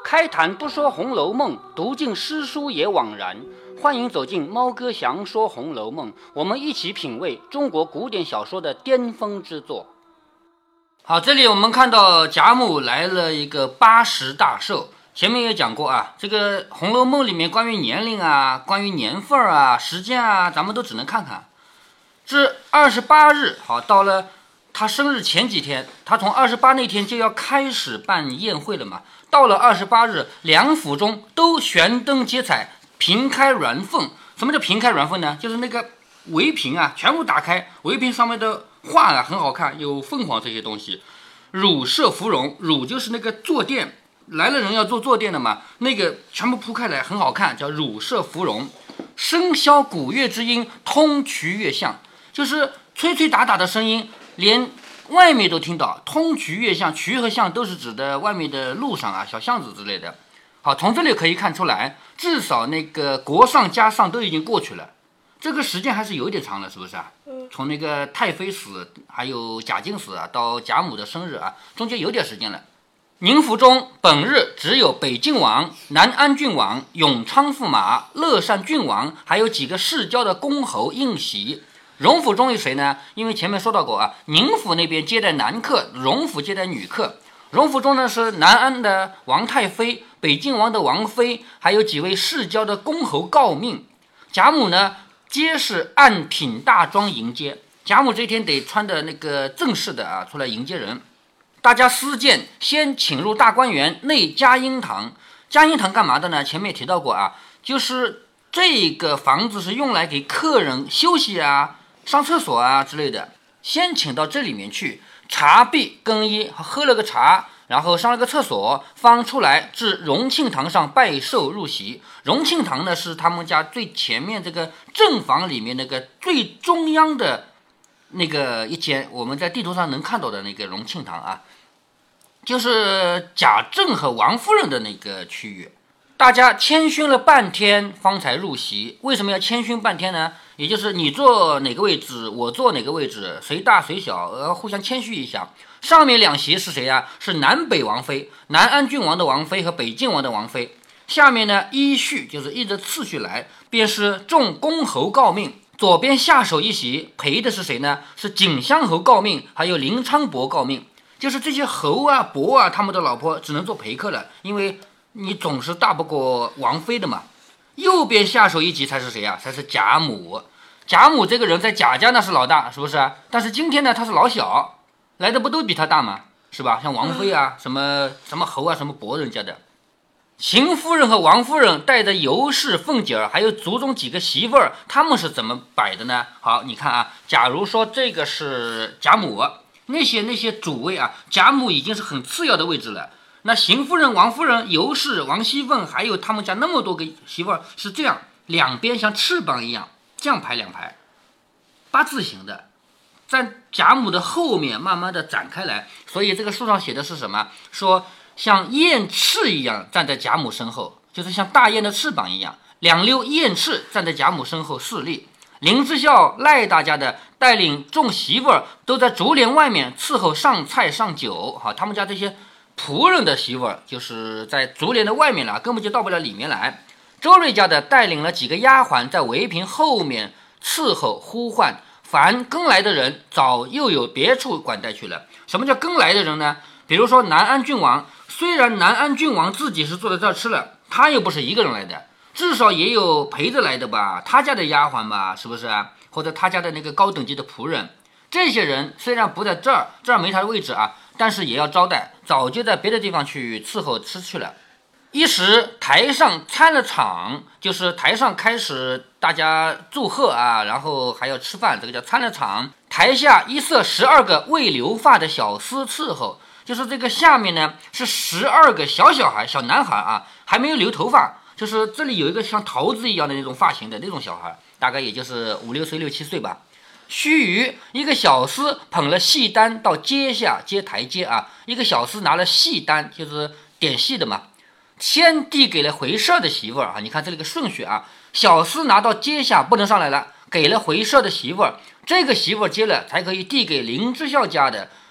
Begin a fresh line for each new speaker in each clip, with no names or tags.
开坛不说《红楼梦》，读尽诗书也枉然。欢迎走进猫哥祥说《红楼梦》，我们一起品味中国古典小说的巅峰之作。好，这里我们看到贾母来了一个80大寿。前面也讲过啊，这个《红楼梦》里面关于年龄啊、关于年份啊、时间啊，咱们都只能看看。至28日，好，到了他生日前几天，他从28那天就要开始办宴会了嘛。到了28日，两府中都悬灯结彩，屏开鸾凤。什么叫屏开鸾凤呢？就是那个围屏啊，全部打开，围屏上面的画啊很好看，有凤凰这些东西。乳设芙蓉，乳就是那个坐垫，来了人要坐垫的嘛，那个全部铺开来很好看，叫乳设芙蓉。笙箫鼓乐之音，通衢乐巷，就是吹吹打打的声音，连外面都听到。通衢乐巷，衢和巷都是指的外面的路上啊、小巷子之类的。好，从这里可以看出来，至少那个国丧家丧都已经过去了，这个时间还是有点长了，是不是啊？从那个太妃死，还有贾静死啊，到贾母的生日啊，中间有点时间了。宁府中本日只有北静王、南安郡王、永昌驸马、乐善郡王，还有几个世交的公侯应席。荣府中有谁呢？因为前面说到过啊，宁府那边接待男客，荣府接待女客。荣府中呢是南安的王太妃、北静王的王妃，还有几位世交的公侯诰命。贾母呢皆是按品大装迎接，贾母这天得穿的那个正式的啊，出来迎接人。大家私见，先请入大观园内嘉荫堂。嘉荫堂干嘛的呢？前面也提到过啊，就是这个房子是用来给客人休息啊、上厕所啊之类的。先请到这里面去，茶毕更衣，喝了个茶，然后上了个厕所，方出来至荣庆堂上拜寿入席。荣庆堂呢是他们家最前面这个正房里面那个最中央的那个一间，我们在地图上能看到的那个荣庆堂啊，就是贾政和王夫人的那个区域。大家谦逊了半天方才入席。为什么要谦逊半天呢？也就是你坐哪个位置，我坐哪个位置，谁大谁小，互相谦虚一下。上面两席是谁呀？是南北王妃，南安郡王的王妃和北静王的王妃。下面呢依序，就是依着次序来，便是众公侯诰命。左边下手一席陪的是谁呢？是景香侯诰命，还有林昌伯诰命。就是这些侯啊、伯啊，他们的老婆只能做陪客了，因为你总是大不过王妃的嘛。右边下手一级才是谁啊？才是贾母。贾母这个人在贾家那是老大，是不是啊？但是今天呢，他是老小，来的不都比他大吗？是吧？像王妃啊、什么侯啊、什么伯人家的。邢夫人和王夫人带着尤氏、凤姐儿，还有族中几个媳妇儿，他们是怎么摆的呢？好，你看啊，假如说这个是贾母，那些主位啊，贾母已经是很次要的位置了。那邢夫人、王夫人、尤氏、王熙凤，还有他们家那么多个媳妇儿，是这样，两边像翅膀一样，这样排两排，八字形的，在贾母的后面慢慢的展开来。所以这个书上写的是什么？说像燕翅一样站在贾母身后，就是像大雁的翅膀一样，两溜燕翅站在贾母身后侍立。林之孝、赖大家的带领众媳妇儿都在竹帘外面伺候上菜上酒。好，他们家这些仆人的媳妇儿就是在竹帘的外面了，根本就到不了里面来。周瑞家的带领了几个丫鬟在围屏后面伺候呼唤，凡跟来的人早又有别处管带去了。什么叫跟来的人呢？比如说南安郡王，虽然南安郡王自己是坐在这儿吃了，他又不是一个人来的，至少也有陪着来的吧，他家的丫鬟吧，是不是啊？或者他家的那个高等级的仆人。这些人虽然不在这儿没他的位置啊，但是也要招待，早就在别的地方去伺候吃去了。一时台上参了场，就是台上开始大家祝贺啊，然后还要吃饭，这个叫参了场。台下一设12个未留发的小厮伺候，就是这个下面呢是12个小孩、小男孩啊，还没有留头发，就是这里有一个像桃子一样的那种发型的那种小孩，大概也就是5、6岁、6、7岁吧。须臾，一个小厮捧了戏单到阶下接台阶啊，一个小厮拿了戏单，就是点戏的嘛，先递给了回社的媳妇儿啊。你看这里个顺序啊，小厮拿到阶下不能上来了，给了回社的媳妇儿，这个媳妇儿接了才可以递给林之孝家的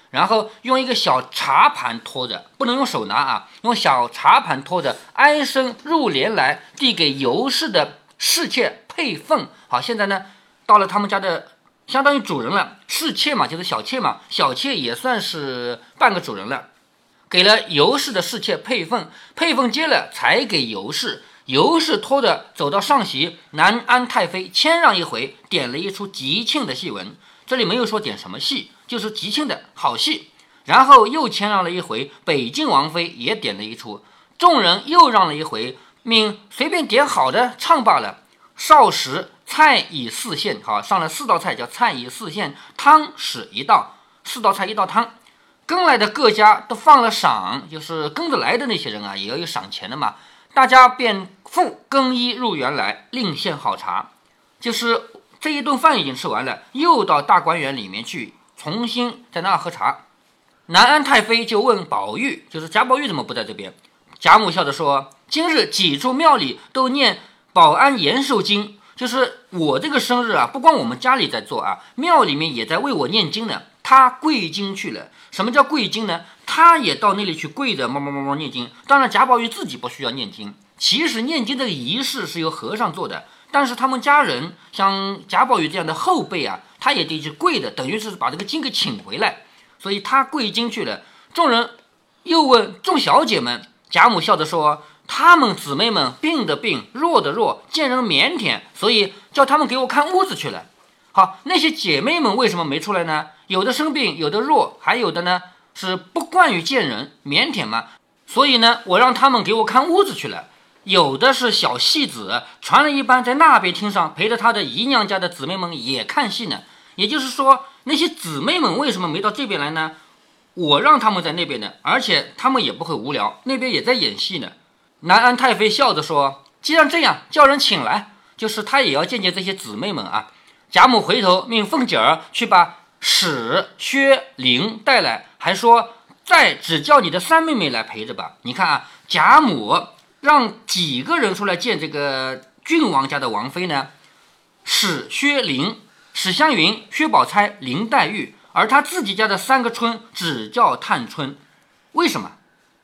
然后用一个小茶盘托着，不能用手拿啊，用小茶盘托着，哀声入帘来，递给尤氏的侍妾佩凤。好，现在呢，到了他们家的相当于主人了，侍妾嘛，就是小妾嘛，小妾也算是半个主人了。给了尤氏的侍妾佩凤，佩凤接了才给尤氏。尤氏拖着走到上席，南安太妃谦让一回，点了一出吉庆的戏文。这里没有说点什么戏，就是吉庆的好戏。然后又谦让了一回，北静王妃也点了一出，众人又让了一回，命随便点好的唱罢了。少时菜以4献，好，上了4道菜，叫菜以4献，汤使1道，4道菜1道汤。跟来的各家都放了赏，就是跟着来的那些人啊，也要有赏钱的嘛。大家便复更衣入园来，另献好茶。就是这一顿饭已经吃完了，又到大观园里面去，重新在那儿喝茶。南安太妃就问宝玉，就是贾宝玉怎么不在这边？贾母笑着说：“今日几处庙里都念保安延寿经，就是我这个生日啊，不光我们家里在做啊，庙里面也在为我念经呢。他跪经去了。什么叫跪经呢？他也到那里去跪着，默念经。当然，贾宝玉自己不需要念经。其实念经这个仪式是由和尚做的，但是他们家人像贾宝玉这样的后辈啊，他也得去跪的，等于是把这个经给请回来。所以他跪经去了。众人又问众小姐们，贾母笑着说：她们姊妹们病的病，弱的弱，见人腼腆，所以叫他们给我看屋子去了。好，那些姐妹们为什么没出来呢？有的生病，有的弱，还有的呢是不惯于见人，腼腆嘛。所以呢，我让他们给我看屋子去了。有的是小戏子，传了一班在那边厅上陪着他的姨娘家的姊妹们也看戏呢。也就是说，那些姊妹们为什么没到这边来呢？我让他们在那边呢，而且他们也不会无聊，那边也在演戏呢。南安太妃笑着说：既然这样，叫人请来，就是他也要见见这些姊妹们啊。贾母回头命凤姐儿去把史、薛、玲带来，还说再只叫你的3妹妹来陪着吧。你看啊，贾母让几个人出来见这个郡王家的王妃呢？史、薛、玲，史湘云、薛宝钗、林黛玉，而他自己家的3个春只叫探春，为什么？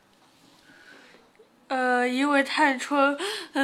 因为探春，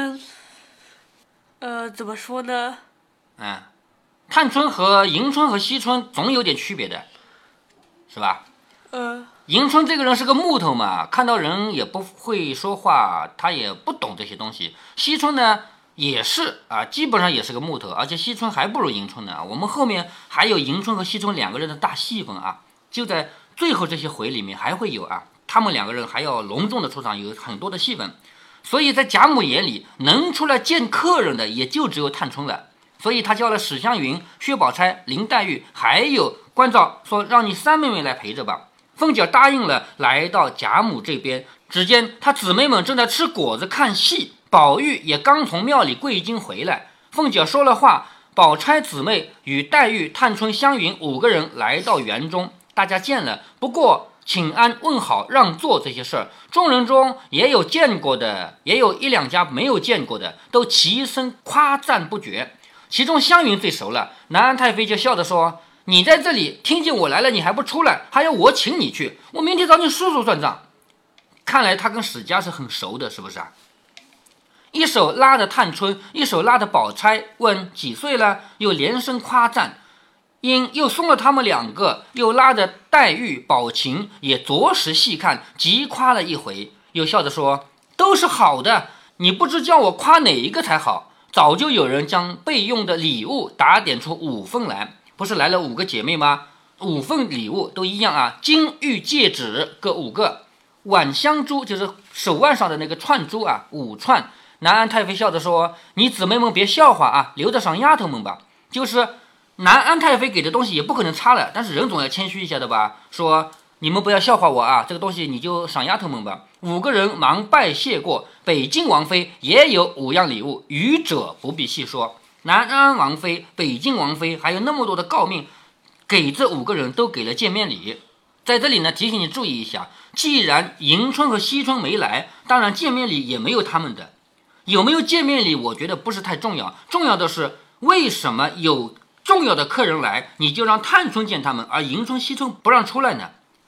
怎么说呢？
探春和迎春和惜春总有点区别的，是吧？迎春这个人是个木头嘛，看到人也不会说话，他也不懂这些东西。惜春呢也是啊，基本上也是个木头，而且惜春还不如迎春呢。我们后面还有迎春和惜春2个人的大戏份啊，就在最后这些回里面还会有啊，他们2个人还要隆重的出场，有很多的戏份。所以在贾母眼里，能出来见客人的也就只有探春了。所以他叫了史湘云、薛宝钗、林黛玉，还有关照，说让你3妹妹来陪着吧。凤姐答应了，来到贾母这边。只见她姊妹们正在吃果子看戏，宝玉也刚从庙里跪经回来。凤姐说了话，宝钗姊妹与黛玉、探春、湘云5个人来到园中，大家见了，不过请安问好让座这些事儿，众人中也有见过的，也有1、2家没有见过的，都齐声夸赞不绝。其中湘云最熟了，南安太妃就笑着说：你在这里听见我来了，你还不出来，还要我请你去，我明天找你叔叔算账。看来他跟史家是很熟的，是不是啊？一手拉着探春，一手拉着宝钗，问几岁了，又连声夸赞。因又送了他们2个，又拉着黛玉、宝琴也着实细看，急夸了一回，又笑着说：都是好的，你不知叫我夸哪一个才好。早就有人将备用的礼物打点出5份来，不是来了5个姐妹吗？5份礼物都一样啊，金玉戒指各5个，挽香珠就是手腕上的那个串珠啊，5串。南安太妃笑着说：你姊妹们别笑话啊，留着赏丫头们吧。就是南安太妃给的东西也不可能差了，但是人总要谦虚一下的吧，说你们不要笑话我啊，这个东西你就赏丫头们吧。5个人忙拜谢过，北静王妃也有5样礼物，余者不必细说。南安王妃、北静王妃还有那么多的诰命，给这5个人都给了见面礼。在这里呢，提醒你注意一下，既然迎春和惜春没来，当然见面礼也没有他们的。有没有见面礼我觉得不是太重要，重要的是为什么有重要的客人来，你就让探春见他们，而迎春、惜春不让出来呢？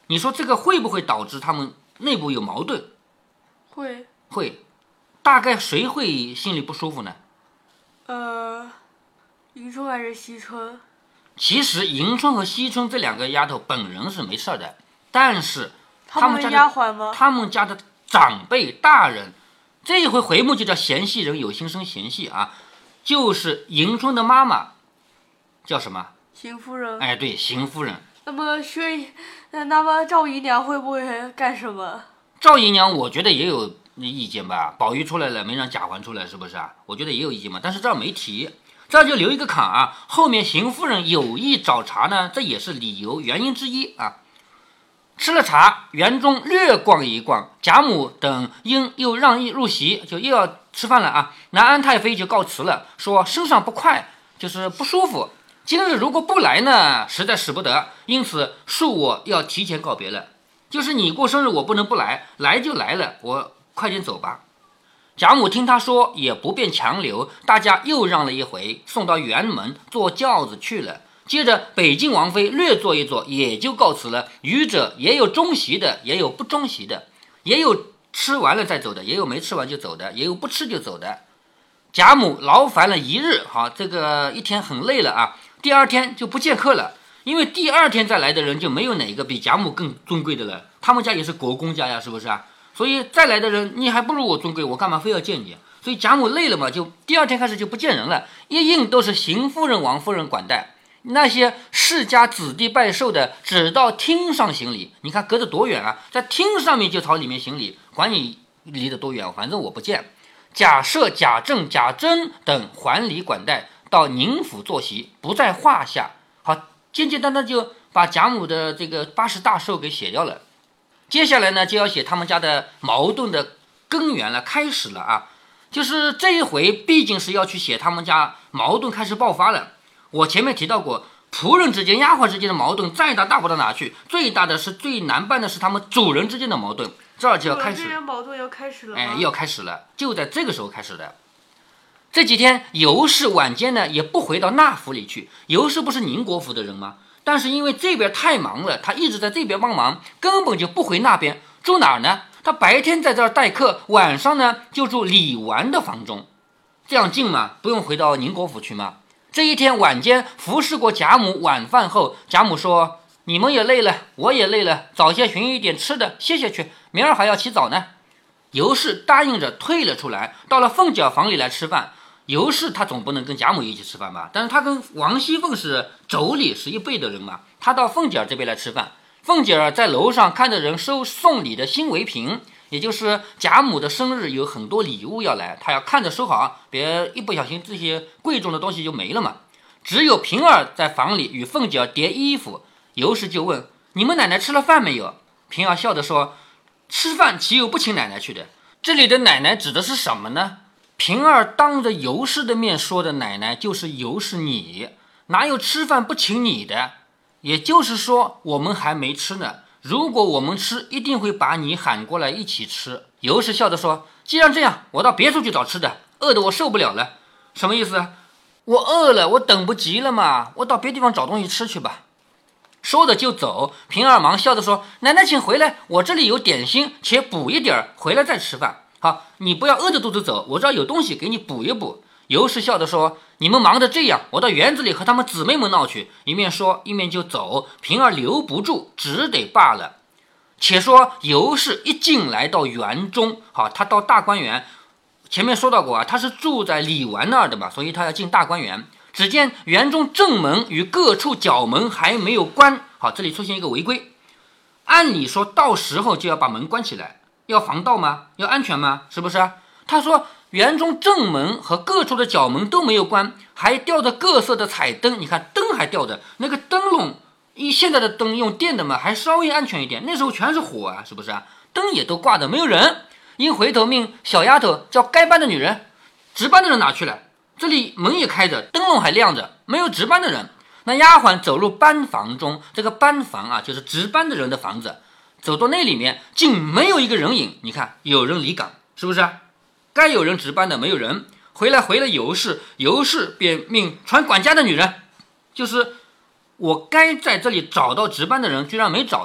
你说这个会不会导致他们内部有矛盾？
会。
大概谁会心里不舒服呢？
迎春还是惜春？
其实迎春和惜春这两个丫头本人是没事的，但是
他们丫鬟吗？
他们家的长辈大人，这一回回目就叫嫌隙人有心生嫌隙啊，就是迎春的妈妈叫什么？
邢夫人。
哎，对，邢夫人。
那么赵姨娘会不会干什么？
赵姨娘我觉得也有意见吧，宝玉出来了没让贾环出来，是不是啊？我觉得也有意见嘛，但是这儿没提，这儿就留一个坎啊。后面邢夫人有意找茬呢，这也是理由原因之一啊。吃了茶，园中略逛一逛，贾母等因又让入席，就又要吃饭了啊。南安太妃就告辞了，说身上不快，就是不舒服。今日如果不来呢，实在使不得，因此恕我要提前告别了。就是你过生日我不能不来，来就来了，我快点走吧。贾母听他说也不便强留，大家又让了一回，送到辕门坐轿子去了。接着北静王妃略坐一坐，也就告辞了。余者也有中席的，也有不中席的，也有吃完了再走的，也有没吃完就走的，也有不吃就走的。贾母劳烦了一日，好，这个一天很累了啊。第二天就不见客了，因为第二天再来的人就没有哪个比贾母更尊贵的了。他们家也是国公家呀，是不是啊？所以再来的人你还不如我尊贵，我干嘛非要见你？所以贾母累了嘛，就第二天开始就不见人了，一应都是邢夫人、王夫人管带。那些世家子弟拜寿的，只到厅上行礼。你看隔着多远啊，在厅上面就朝里面行礼，管你离得多远，反正我不见。贾赦、贾政、贾珍等还礼管带，到宁府坐席，不在话下。好，简简单单就把贾母的这个80大寿给写掉了。接下来呢，就要写他们家的矛盾的根源了，开始了啊。就是这一回毕竟是要去写他们家矛盾开始爆发了。我前面提到过，仆人之间、丫鬟之间的矛盾再大不到哪去，最大的是最难办的是他们主人之间的矛盾，这儿就要开始。
主人之间矛盾要开始了吗？
要开始了，就在这个时候开始的。这几天尤氏晚间呢也不回到那府里去，尤氏不是宁国府的人吗？但是因为这边太忙了，他一直在这边帮忙，根本就不回那边。住哪儿呢？他白天在这儿待客，晚上呢就住李纨的房中，这样近嘛，不用回到宁国府去吗？这一天晚间服侍过贾母晚饭后，贾母说：“你们也累了，我也累了，早些寻一点吃的歇歇去，明儿还要起早呢。”尤氏答应着退了出来，到了凤姐房里来吃饭。尤氏他总不能跟贾母一起吃饭吧？但是他跟王熙凤是妯娌，是一辈的人嘛，他到凤姐这边来吃饭。凤姐在楼上看着人收送礼的新围屏，也就是贾母的生日有很多礼物要来，她要看着收好，别一不小心这些贵重的东西就没了嘛。只有平儿在房里与凤姐叠衣服，尤氏就问：“你们奶奶吃了饭没有？”平儿笑着说：“吃饭岂有不请奶奶去的？”这里的奶奶指的是什么呢？平儿当着尤氏的面说的奶奶就是尤氏你，哪有吃饭不请你的？也就是说我们还没吃呢，如果我们吃一定会把你喊过来一起吃。尤氏笑着说：“既然这样，我到别处去找吃的，饿得我受不了了。”什么意思？我饿了，我等不及了嘛，我到别地方找东西吃去吧。说着就走，平儿忙笑着说：“奶奶请回来，我这里有点心，且补一点，回来再吃饭。好，你不要饿着肚子走，我这儿有东西给你补一补。”尤氏笑着说：“你们忙着这样，我到园子里和他们姊妹们闹去。”一面说一面就走，平儿留不住，只得罢了。且说尤氏一进来到园中，好，他到大观园，前面说到过啊，他是住在李纨那儿的嘛，所以他要进大观园。只见园中正门与各处角门还没有关，好，这里出现一个违规。按理说到时候就要把门关起来，要防盗吗？要安全吗？是不是？他说园中正门和各处的角门都没有关，还吊着各色的彩灯，你看灯还吊着，那个灯笼现在的灯用电的嘛，还稍微安全一点，那时候全是火啊，是不是啊？灯也都挂着，没有人。因回头命小丫头叫该班的女人，值班的人哪去了？这里门也开着，灯笼还亮着，没有值班的人。那丫鬟走入班房中，这个班房啊，就是值班的人的房子，走到那里面竟没有一个人影。你看有人离岗，是不是？该有人值班的没有人。回了尤氏，尤氏便命传管家的女人，就是我该在这里找到值班的人居然没找到。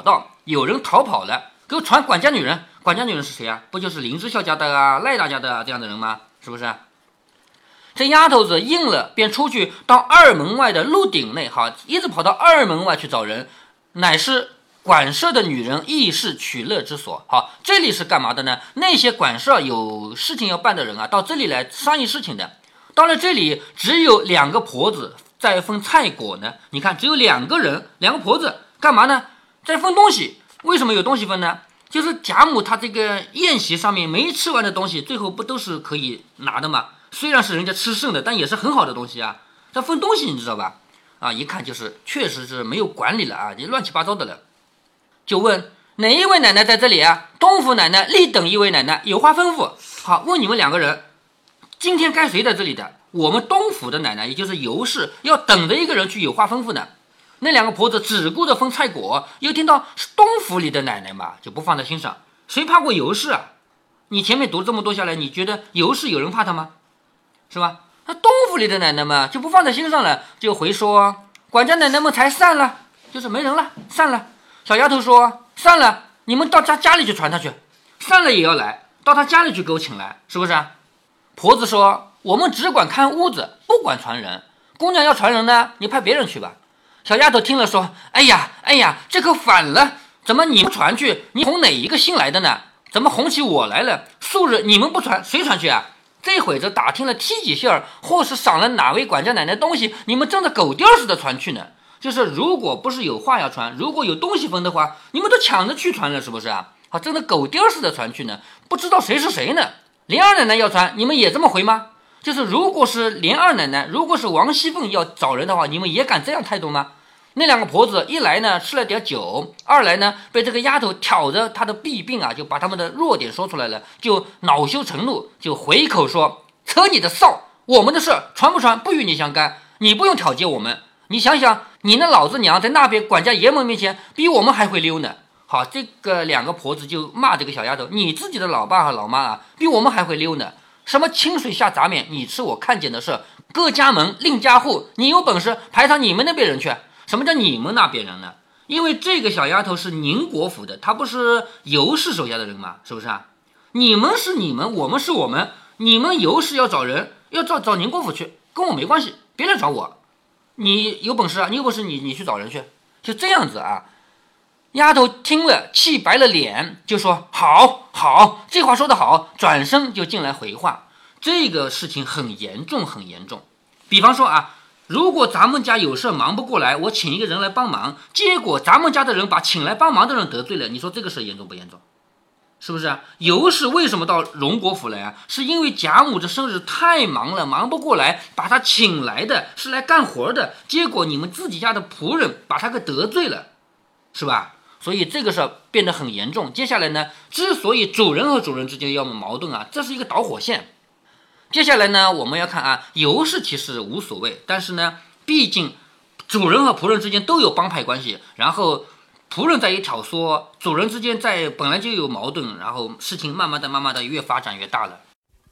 有人逃跑了，给我传管家女人。管家女人是谁啊？不就是林之孝家的啊、赖大家的这样的人吗？是不是？这丫头子应了，便出去到二门外的鹿鼎内，好，一直跑到二门外去找人，乃是管社的女人议事取乐之所。好，这里是干嘛的呢？那些管社有事情要办的人啊，到这里来商议事情的。到了这里，只有2个婆子在分菜果呢。你看，只有2个人，2个婆子干嘛呢？在分东西。为什么有东西分呢？就是贾母她这个宴席上面没吃完的东西，最后不都是可以拿的吗？虽然是人家吃剩的，但也是很好的东西啊。这分东西你知道吧？啊，一看就是确实是没有管理了啊，你乱七八糟的了。就问哪一位奶奶在这里啊？东府奶奶立等一位奶奶，有话吩咐。好，问你们2个人，今天该谁在这里的？我们东府的奶奶，也就是尤氏，要等着一个人去有话吩咐呢。那2个婆子只顾着分菜果，又听到是东府里的奶奶嘛，就不放在心上。谁怕过尤氏啊？你前面读这么多下来，你觉得尤氏有人怕他吗？是吧？那东府里的奶奶嘛，就不放在心上了，就回说管家奶奶们才散了，就是没人了，散了。小丫头说散了，你们到家里去传他去，散了也要来，到他家里去给我请来，是不是？婆子说我们只管看屋子，不管传人。姑娘要传人呢，你派别人去吧。小丫头听了说哎呀，这可反了，怎么你不传去？你哄哪一个新来的呢？怎么哄起我来了？素日你们不传，谁传去啊？这会子打听了踢几下，或是赏了哪位管家奶奶东西，你们正着狗叼似的传去呢。就是如果不是有话要传，如果有东西分的话，你们都抢着去传了，是不是啊？好，正着狗叼似的传去呢，不知道谁是谁呢。连二奶奶要传，你们也这么回吗？就是如果是连二奶奶，如果是王熙凤要找人的话，你们也敢这样态度吗？那2个婆子一来呢吃了点酒，二来呢被这个丫头挑着她的弊病啊，就把他们的弱点说出来了，就恼羞成怒，就回口说扯你的臊，我们的事传不传不与你相干，你不用挑接我们。你想想，你那老子娘在那边管家爷们面前比我们还会溜呢。好，这个2个婆子就骂这个小丫头，你自己的老爸和老妈啊，比我们还会溜呢。什么清水下杂面，你吃我看见的事，各家门另家户，你有本事排上你们那边人去。什么叫你们那边人呢？因为这个小丫头是宁国府的，她不是尤氏手下的人吗？是不是啊？你们是你们，我们是我们，你们尤氏要找人，要找宁国府去，跟我没关系，别来找我。你有本事啊，你有本事你去找人去，就这样子啊。丫头听了气白了脸，就说好，这话说得好，转身就进来回话。这个事情很严重很严重。比方说啊，如果咱们家有事忙不过来，我请一个人来帮忙，结果咱们家的人把请来帮忙的人得罪了，你说这个事严重不严重？是不是啊？尤氏为什么到荣国府来啊？是因为贾母这生日太忙了，忙不过来，把他请来的是来干活的，结果你们自己家的仆人把他给得罪了，是吧？所以这个事变得很严重。接下来呢，之所以主人和主人之间要矛盾啊，这是一个导火线。接下来呢，我们要看啊，尤氏其实无所谓，但是呢，毕竟主人和仆人之间都有帮派关系，然后仆人在一挑唆，主人之间本来就有矛盾，然后事情慢慢的越发展越大了。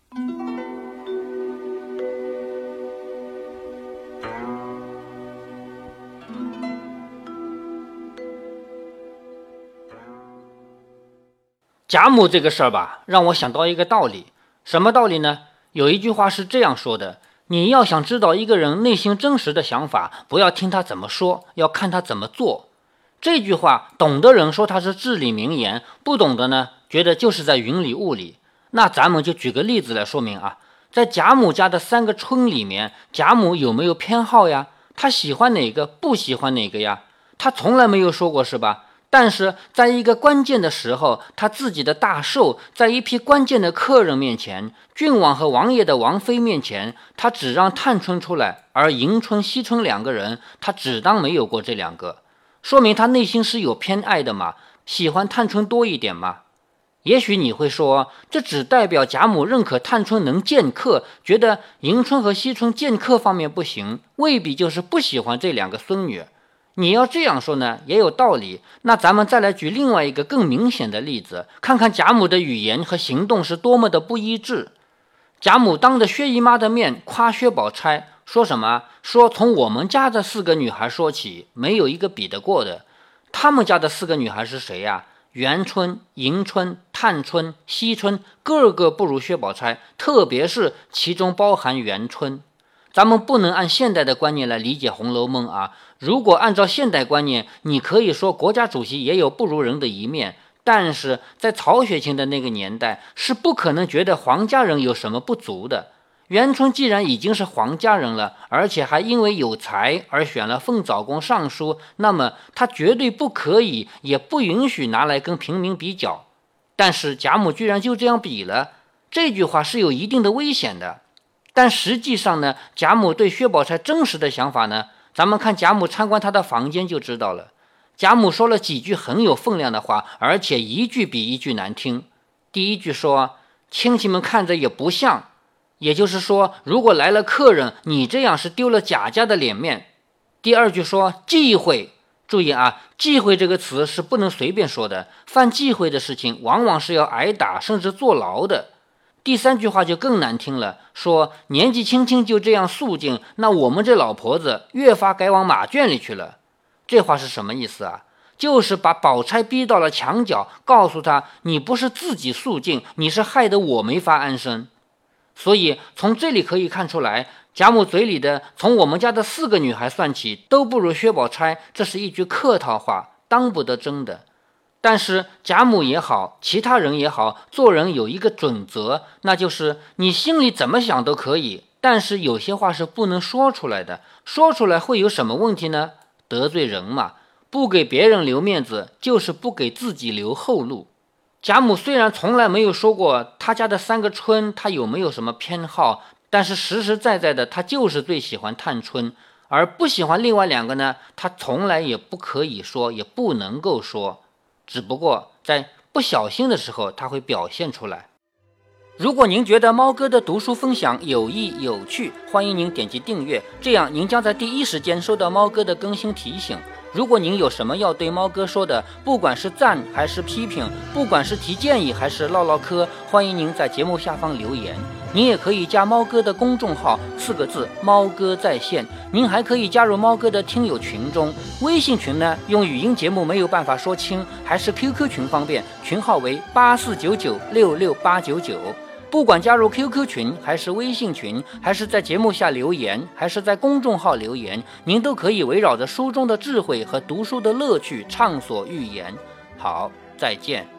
贾母这个事儿吧，让我想到一个道理。什么道理呢？有一句话是这样说的，你要想知道一个人内心真实的想法，不要听他怎么说，要看他怎么做。这句话懂的人说他是至理名言，不懂的呢，觉得就是在云里雾里。那咱们就举个例子来说明啊，在贾母家的3个春里面，贾母有没有偏好呀？她喜欢哪个，不喜欢哪个呀？她从来没有说过，是吧？但是在一个关键的时候，他自己的大寿，在一批关键的客人面前，郡王和王爷的王妃面前，他只让探春出来，而迎春、惜春2个人，他只当没有过这2个，说明他内心是有偏爱的嘛，喜欢探春多一点嘛。也许你会说，这只代表贾母认可探春能见客，觉得迎春和惜春见客方面不行，未必就是不喜欢这2个孙女。你要这样说呢，也有道理。那咱们再来举另外一个更明显的例子，看看贾母的语言和行动是多么的不一致。贾母当着薛姨妈的面夸薛宝钗，说什么？说从我们家这4个女孩说起，没有一个比得过的。 他们家的4个女孩是谁呀？元春、迎春、探春、惜春，个个不如薛宝钗，特别是其中包含元春。咱们不能按现代的观念来理解《红楼梦》啊。如果按照现代观念，你可以说国家主席也有不如人的一面，但是在曹雪芹的那个年代，是不可能觉得皇家人有什么不足的。元春既然已经是皇家人了，而且还因为有才而选了凤藻宫尚书，那么他绝对不可以，也不允许拿来跟平民比较。但是贾母居然就这样比了，这句话是有一定的危险的。但实际上呢，贾母对薛宝钗真实的想法呢，咱们看贾母参观她的房间就知道了。贾母说了几句很有分量的话，而且一句比一句难听。第一句说，亲戚们看着也不像，也就是说，如果来了客人，你这样是丢了贾家的脸面。第二句说忌讳，注意啊，忌讳这个词是不能随便说的，犯忌讳的事情往往是要挨打甚至坐牢的。第三句话就更难听了，说年纪轻轻就这样肃静，那我们这老婆子越发该往马圈里去了。这话是什么意思啊？就是把宝钗逼到了墙角，告诉她你不是自己肃静，你是害得我没法安生。所以从这里可以看出来，贾母嘴里的从我们家的4个女孩算起都不如薛宝钗，这是一句客套话，当不得真的。但是贾母也好，其他人也好，做人有一个准则，那就是你心里怎么想都可以，但是有些话是不能说出来的。说出来会有什么问题呢？得罪人嘛。不给别人留面子，就是不给自己留后路。贾母虽然从来没有说过他家的3个春他有没有什么偏好，但是实实在在的他就是最喜欢探春，而不喜欢另外2个呢，他从来也不可以说，也不能够说，只不过在不小心的时候他会表现出来。如果您觉得猫哥的读书分享有益有趣，欢迎您点击订阅，这样您将在第一时间收到猫哥的更新提醒。如果您有什么要对猫哥说的，不管是赞还是批评，不管是提建议还是唠唠嗑，欢迎您在节目下方留言。您也可以加猫哥的公众号，4个字，猫哥在线。您还可以加入猫哥的听友群中，微信群呢，用语音节目没有办法说清，还是 QQ 群方便，群号为8499668899。不管加入 QQ 群还是微信群，还是在节目下留言，还是在公众号留言，您都可以围绕着书中的智慧和读书的乐趣畅所欲言。好，再见。